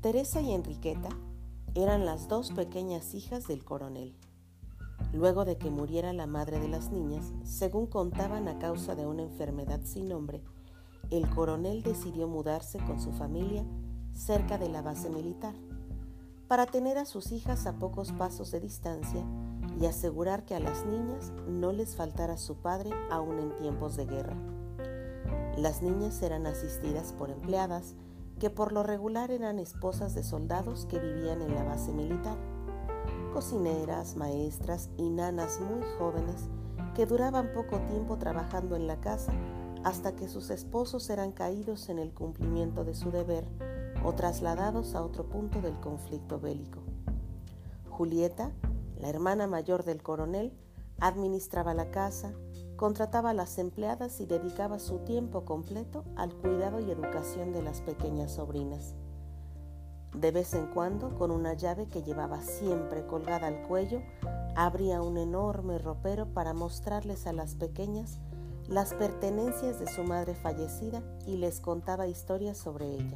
Teresa y Enriqueta eran las dos pequeñas hijas del coronel. Luego de que muriera la madre de las niñas, según contaban a causa de una enfermedad sin nombre, el coronel decidió mudarse con su familia cerca de la base militar, para tener a sus hijas a pocos pasos de distancia y asegurar que a las niñas no les faltara su padre aún en tiempos de guerra. Las niñas eran asistidas por empleadas, que por lo regular eran esposas de soldados que vivían en la base militar, cocineras, maestras y nanas muy jóvenes que duraban poco tiempo trabajando en la casa hasta que sus esposos eran caídos en el cumplimiento de su deber o trasladados a otro punto del conflicto bélico. Julieta, la hermana mayor del coronel, administraba la casa, contrataba a las empleadas y dedicaba su tiempo completo al cuidado y educación de las pequeñas sobrinas. De vez en cuando, con una llave que llevaba siempre colgada al cuello, abría un enorme ropero para mostrarles a las pequeñas las pertenencias de su madre fallecida y les contaba historias sobre ella.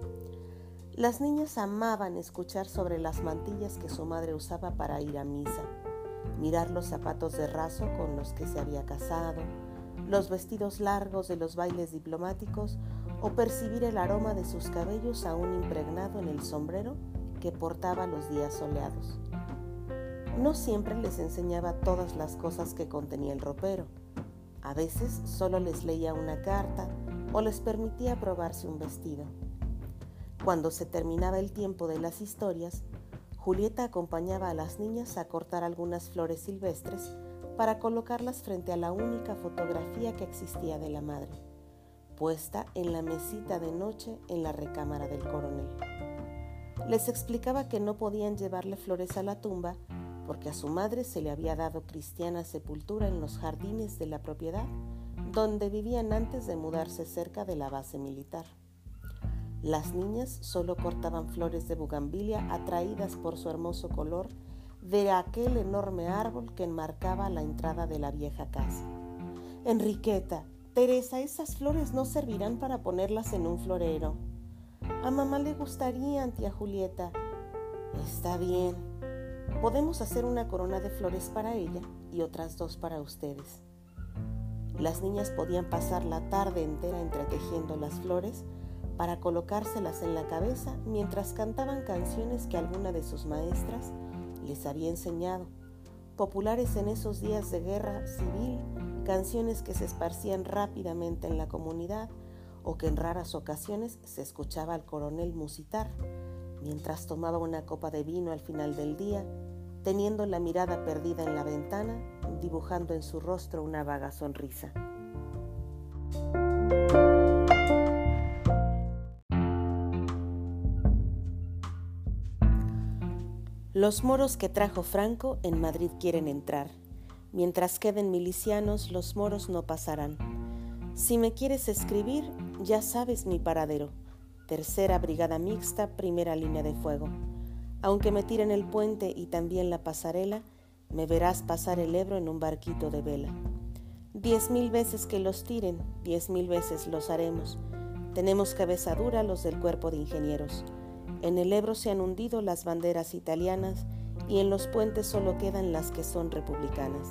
Las niñas amaban escuchar sobre las mantillas que su madre usaba para ir a misa, mirar los zapatos de raso con los que se había casado, los vestidos largos de los bailes diplomáticos o percibir el aroma de sus cabellos aún impregnado en el sombrero que portaba los días soleados. No siempre les enseñaba todas las cosas que contenía el ropero. A veces solo les leía una carta o les permitía probarse un vestido. Cuando se terminaba el tiempo de las historias, Julieta acompañaba a las niñas a cortar algunas flores silvestres para colocarlas frente a la única fotografía que existía de la madre, puesta en la mesita de noche en la recámara del coronel. Les explicaba que no podían llevarle flores a la tumba porque a su madre se le había dado cristiana sepultura en los jardines de la propiedad donde vivían antes de mudarse cerca de la base militar. Las niñas solo cortaban flores de bugambilia atraídas por su hermoso color de aquel enorme árbol que enmarcaba la entrada de la vieja casa. Enriqueta, Teresa, esas flores no servirán para ponerlas en un florero. A mamá le gustarían, tía Julieta. Está bien. Podemos hacer una corona de flores para ella y otras 2 para ustedes. Las niñas podían pasar la tarde entera entretejiendo las flores para colocárselas en la cabeza mientras cantaban canciones que alguna de sus maestras les había enseñado, populares en esos días de guerra civil, canciones que se esparcían rápidamente en la comunidad o que en raras ocasiones se escuchaba al coronel musitar mientras tomaba una copa de vino al final del día, teniendo la mirada perdida en la ventana, dibujando en su rostro una vaga sonrisa. Los moros que trajo Franco en Madrid quieren entrar. Mientras queden milicianos, los moros no pasarán. Si me quieres escribir, ya sabes mi paradero. 3ª Brigada Mixta, 1ª línea de fuego. Aunque me tiren el puente y también la pasarela, me verás pasar el Ebro en un barquito de vela. 10,000 veces que los tiren, 10,000 veces los haremos. Tenemos cabeza dura los del cuerpo de ingenieros. En el Ebro se han hundido las banderas italianas y en los puentes solo quedan las que son republicanas.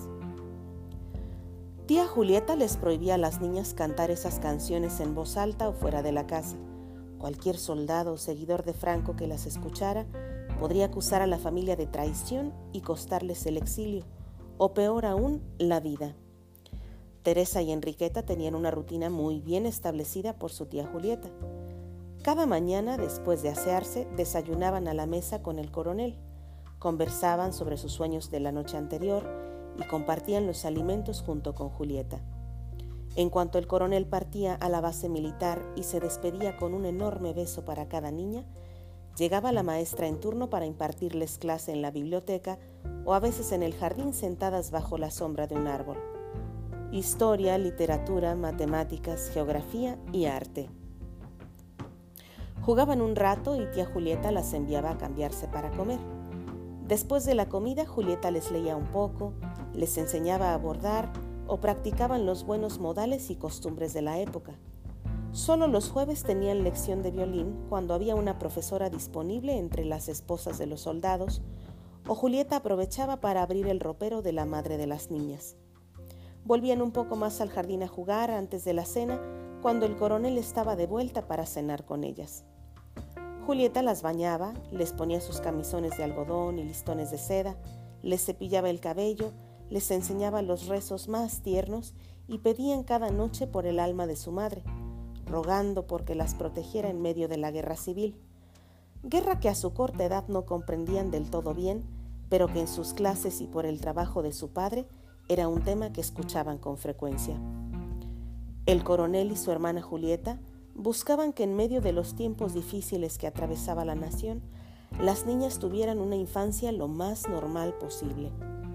Tía Julieta les prohibía a las niñas cantar esas canciones en voz alta o fuera de la casa. Cualquier soldado o seguidor de Franco que las escuchara podría acusar a la familia de traición y costarles el exilio, o peor aún, la vida. Teresa y Enriqueta tenían una rutina muy bien establecida por su tía Julieta. Cada mañana, después de asearse, desayunaban a la mesa con el coronel, conversaban sobre sus sueños de la noche anterior y compartían los alimentos junto con Julieta. En cuanto el coronel partía a la base militar y se despedía con un enorme beso para cada niña, llegaba la maestra en turno para impartirles clase en la biblioteca o a veces en el jardín sentadas bajo la sombra de un árbol. Historia, literatura, matemáticas, geografía y arte. Jugaban un rato y tía Julieta las enviaba a cambiarse para comer. Después de la comida, Julieta les leía un poco, les enseñaba a bordar o practicaban los buenos modales y costumbres de la época. Solo los jueves tenían lección de violín cuando había una profesora disponible entre las esposas de los soldados, o Julieta aprovechaba para abrir el ropero de la madre de las niñas. Volvían un poco más al jardín a jugar antes de la cena, cuando el coronel estaba de vuelta para cenar con ellas. Julieta las bañaba, les ponía sus camisones de algodón y listones de seda, les cepillaba el cabello, les enseñaba los rezos más tiernos y pedían cada noche por el alma de su madre, rogando porque las protegiera en medio de la guerra civil. Guerra que a su corta edad no comprendían del todo bien, pero que en sus clases y por el trabajo de su padre era un tema que escuchaban con frecuencia. El coronel y su hermana Julieta buscaban que en medio de los tiempos difíciles que atravesaba la nación, las niñas tuvieran una infancia lo más normal posible.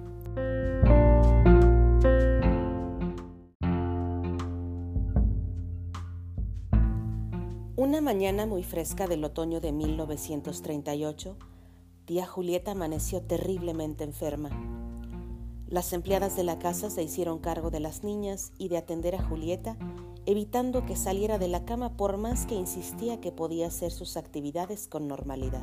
Una mañana muy fresca del otoño de 1938, tía Julieta amaneció terriblemente enferma. Las empleadas de la casa se hicieron cargo de las niñas y de atender a Julieta, evitando que saliera de la cama por más que insistía que podía hacer sus actividades con normalidad.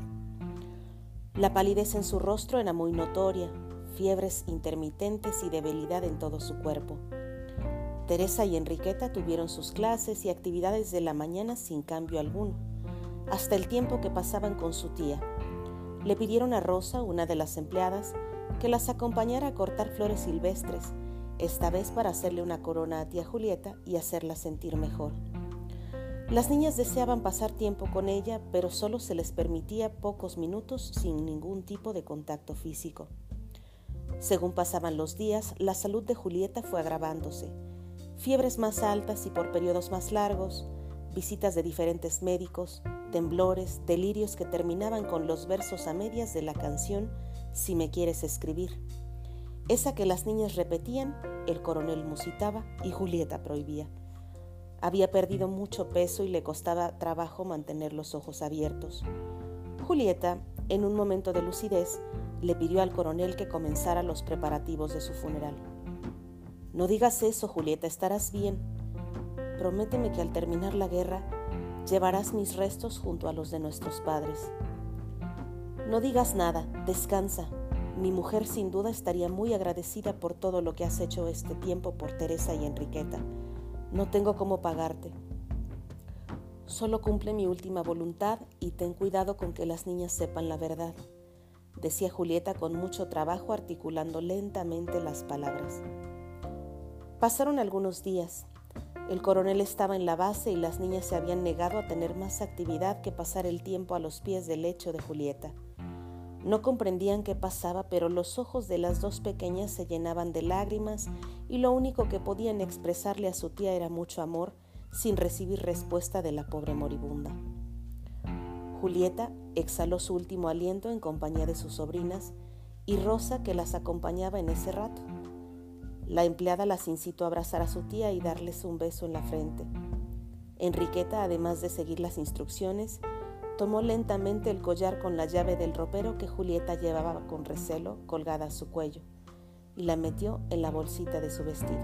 La palidez en su rostro era muy notoria, fiebres intermitentes y debilidad en todo su cuerpo. Teresa y Enriqueta tuvieron sus clases y actividades de la mañana sin cambio alguno, hasta el tiempo que pasaban con su tía. Le pidieron a Rosa, una de las empleadas, que las acompañara a cortar flores silvestres, esta vez para hacerle una corona a tía Julieta y hacerla sentir mejor. Las niñas deseaban pasar tiempo con ella, pero solo se les permitía pocos minutos sin ningún tipo de contacto físico. Según pasaban los días, la salud de Julieta fue agravándose. Fiebres más altas y por periodos más largos, visitas de diferentes médicos, temblores, delirios que terminaban con los versos a medias de la canción Si me quieres escribir. Esa que las niñas repetían, el coronel musitaba y Julieta prohibía. Había perdido mucho peso y le costaba trabajo mantener los ojos abiertos. Julieta, en un momento de lucidez, le pidió al coronel que comenzara los preparativos de su funeral. «No digas eso, Julieta, estarás bien. Prométeme que al terminar la guerra llevarás mis restos junto a los de nuestros padres. No digas nada, descansa. Mi mujer sin duda estaría muy agradecida por todo lo que has hecho este tiempo por Teresa y Enriqueta. No tengo cómo pagarte. Solo cumple mi última voluntad y ten cuidado con que las niñas sepan la verdad», decía Julieta con mucho trabajo, articulando lentamente las palabras. Pasaron algunos días. El coronel estaba en la base y las niñas se habían negado a tener más actividad que pasar el tiempo a los pies del lecho de Julieta. No comprendían qué pasaba, pero los ojos de las dos pequeñas se llenaban de lágrimas y lo único que podían expresarle a su tía era mucho amor, sin recibir respuesta de la pobre moribunda. Julieta exhaló su último aliento en compañía de sus sobrinas y Rosa, que las acompañaba en ese rato. La empleada las incitó a abrazar a su tía y darles un beso en la frente. Enriqueta, además de seguir las instrucciones, tomó lentamente el collar con la llave del ropero que Julieta llevaba con recelo colgada a su cuello y la metió en la bolsita de su vestido.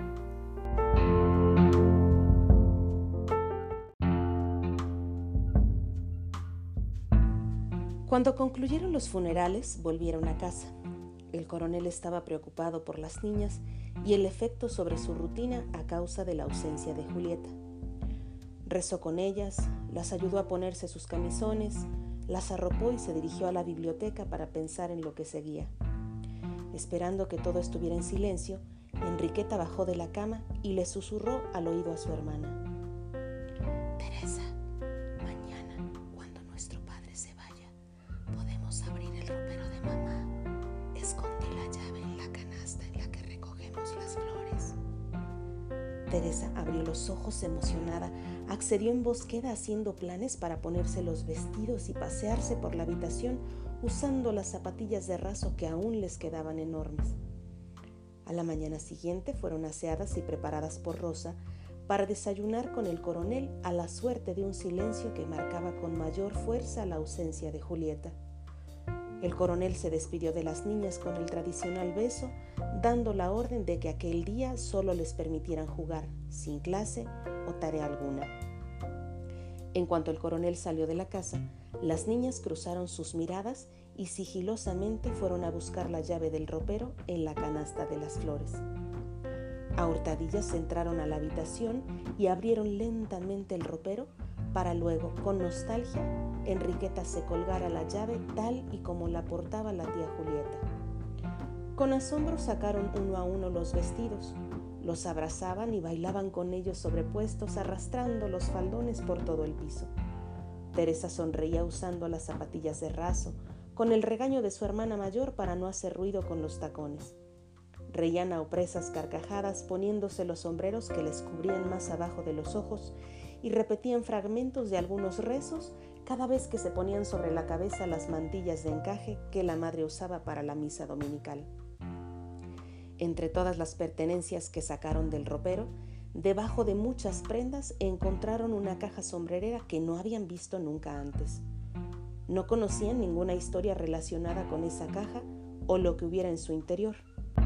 Cuando concluyeron los funerales, volvieron a casa. El coronel estaba preocupado por las niñas y el efecto sobre su rutina a causa de la ausencia de Julieta. Rezó con ellas, las ayudó a ponerse sus camisones, las arropó y se dirigió a la biblioteca para pensar en lo que seguía. Esperando que todo estuviera en silencio, Enriqueta bajó de la cama y le susurró al oído a su hermana. «Teresa, mañana, cuando nuestro padre se vaya, podemos abrir el ropero de mamá. Escondí la llave en la canasta en la que recogemos las flores». Teresa abrió los ojos emocionada, accedió en voz queda haciendo planes para ponerse los vestidos y pasearse por la habitación usando las zapatillas de raso que aún les quedaban enormes. A la mañana siguiente fueron aseadas y preparadas por Rosa para desayunar con el coronel a la suerte de un silencio que marcaba con mayor fuerza la ausencia de Julieta. El coronel se despidió de las niñas con el tradicional beso, dando la orden de que aquel día solo les permitieran jugar, sin clase o tarea alguna. En cuanto el coronel salió de la casa, las niñas cruzaron sus miradas y sigilosamente fueron a buscar la llave del ropero en la canasta de las flores. A hurtadillas entraron a la habitación y abrieron lentamente el ropero para luego, con nostalgia, Enriqueta se colgara la llave tal y como la portaba la tía Julieta. Con asombro sacaron uno a uno los vestidos, los abrazaban y bailaban con ellos sobrepuestos, arrastrando los faldones por todo el piso. Teresa sonreía usando las zapatillas de raso, con el regaño de su hermana mayor para no hacer ruido con los tacones. Reían a opresas carcajadas poniéndose los sombreros que les cubrían más abajo de los ojos y repetían fragmentos de algunos rezos cada vez que se ponían sobre la cabeza las mantillas de encaje que la madre usaba para la misa dominical. Entre todas las pertenencias que sacaron del ropero, debajo de muchas prendas encontraron una caja sombrerera que no habían visto nunca antes. No conocían ninguna historia relacionada con esa caja o lo que hubiera en su interior.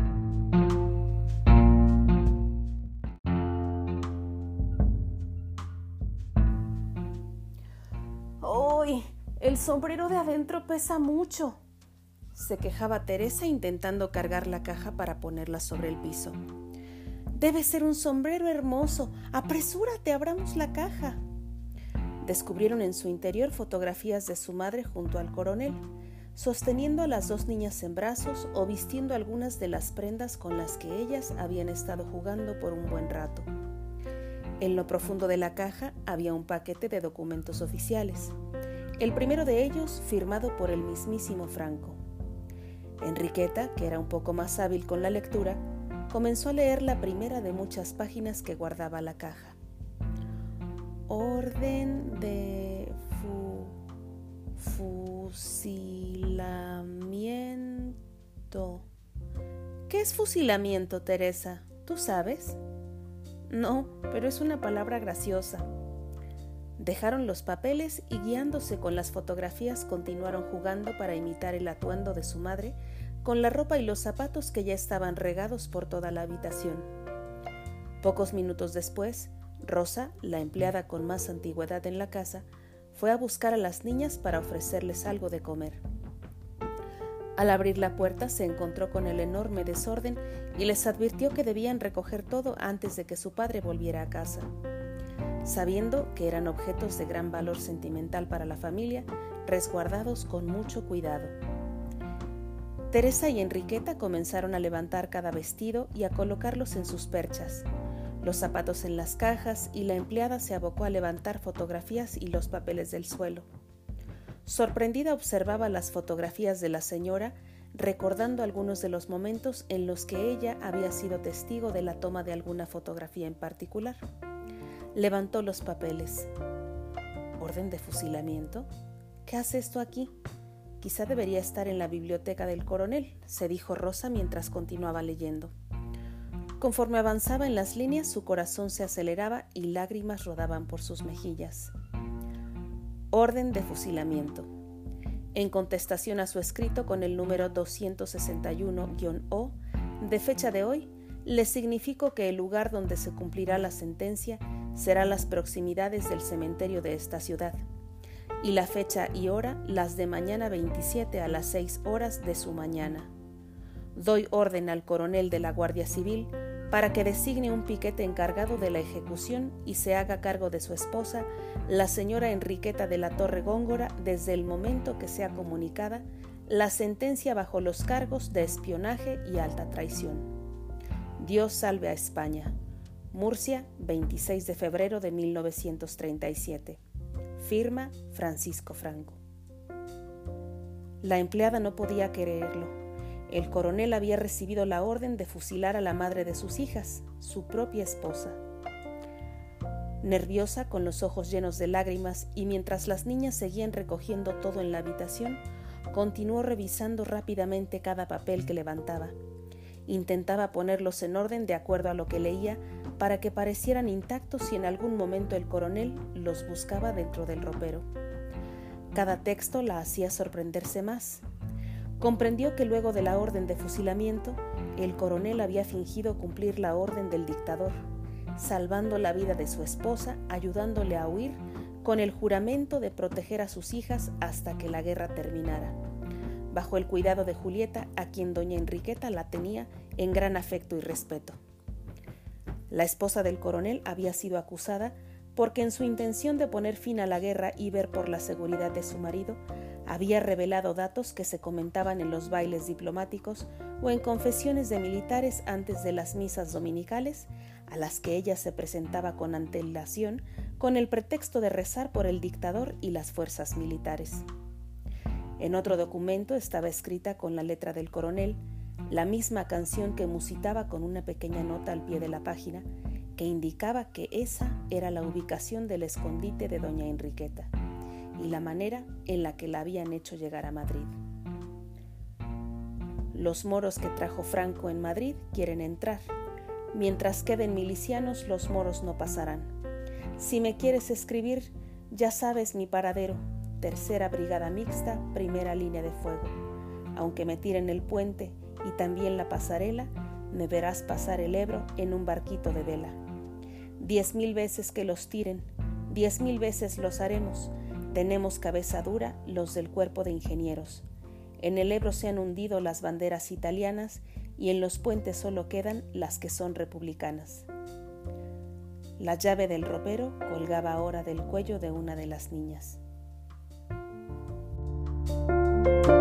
¡Uy! El sombrero de adentro pesa mucho, se quejaba Teresa intentando cargar la caja para ponerla sobre el piso. Debe ser un sombrero hermoso. Apresúrate, abramos la caja. Descubrieron en su interior fotografías de su madre junto al coronel, sosteniendo a las dos niñas en brazos o vistiendo algunas de las prendas con las que ellas habían estado jugando por un buen rato. En lo profundo de la caja había un paquete de documentos oficiales, el primero de ellos firmado por el mismísimo Franco. Enriqueta, que era un poco más hábil con la lectura, comenzó a leer la primera de muchas páginas que guardaba la caja. Orden de fusilamiento. ¿Qué es fusilamiento, Teresa? ¿Tú sabes? No, pero es una palabra graciosa. Dejaron los papeles y guiándose con las fotografías continuaron jugando para imitar el atuendo de su madre con la ropa y los zapatos que ya estaban regados por toda la habitación. Pocos minutos después, Rosa, la empleada con más antigüedad en la casa, fue a buscar a las niñas para ofrecerles algo de comer. Al abrir la puerta se encontró con el enorme desorden y les advirtió que debían recoger todo antes de que su padre volviera a casa. Sabiendo que eran objetos de gran valor sentimental para la familia, resguardados con mucho cuidado. Teresa y Enriqueta comenzaron a levantar cada vestido y a colocarlos en sus perchas, los zapatos en las cajas, y la empleada se abocó a levantar fotografías y los papeles del suelo. Sorprendida observaba las fotografías de la señora, recordando algunos de los momentos en los que ella había sido testigo de la toma de alguna fotografía en particular. Levantó los papeles. ¿Orden de fusilamiento? ¿Qué hace esto aquí? Quizá debería estar en la biblioteca del coronel, se dijo Rosa mientras continuaba leyendo. Conforme avanzaba en las líneas, su corazón se aceleraba y lágrimas rodaban por sus mejillas. Orden de fusilamiento. En contestación a su escrito con el número 261-O, de fecha de hoy, le significo que el lugar donde se cumplirá la sentencia será las proximidades del cementerio de esta ciudad, y la fecha y hora las de mañana 27 a las 6 horas de su mañana. Doy orden al coronel de la Guardia Civil para que designe un piquete encargado de la ejecución y se haga cargo de su esposa, la señora Enriqueta de la Torre Góngora, desde el momento que sea comunicada la sentencia bajo los cargos de espionaje y alta traición. Dios salve a España. Murcia, 26 de febrero de 1937. Firma Francisco Franco. La empleada no podía creerlo. El coronel había recibido la orden de fusilar a la madre de sus hijas, su propia esposa. Nerviosa, con los ojos llenos de lágrimas, y mientras las niñas seguían recogiendo todo en la habitación, continuó revisando rápidamente cada papel que levantaba. Intentaba ponerlos en orden de acuerdo a lo que leía para que parecieran intactos si en algún momento el coronel los buscaba dentro del ropero. Cada texto la hacía sorprenderse más. Comprendió que luego de la orden de fusilamiento, el coronel había fingido cumplir la orden del dictador, salvando la vida de su esposa, ayudándole a huir con el juramento de proteger a sus hijas hasta que la guerra terminara, bajo el cuidado de Julieta, a quien doña Enriqueta la tenía en gran afecto y respeto. La esposa del coronel había sido acusada porque en su intención de poner fin a la guerra y ver por la seguridad de su marido, había revelado datos que se comentaban en los bailes diplomáticos o en confesiones de militares antes de las misas dominicales, a las que ella se presentaba con antelación con el pretexto de rezar por el dictador y las fuerzas militares. En otro documento estaba escrita con la letra del coronel la misma canción que musitaba con una pequeña nota al pie de la página que indicaba que esa era la ubicación del escondite de doña Enriqueta y la manera en la que la habían hecho llegar a Madrid. Los moros que trajo Franco en Madrid quieren entrar. Mientras queden milicianos, los moros no pasarán. Si me quieres escribir, ya sabes mi paradero. 3ª Brigada Mixta, 1ª línea de fuego. Aunque me tiren el puente y también la pasarela, me verás pasar el Ebro en un barquito de vela. 10,000 veces que los tiren, 10,000 veces los haremos. Tenemos cabeza dura los del cuerpo de ingenieros. En el Ebro se han hundido las banderas italianas y en los puentes solo quedan las que son republicanas. La llave del ropero colgaba ahora del cuello de una de las niñas.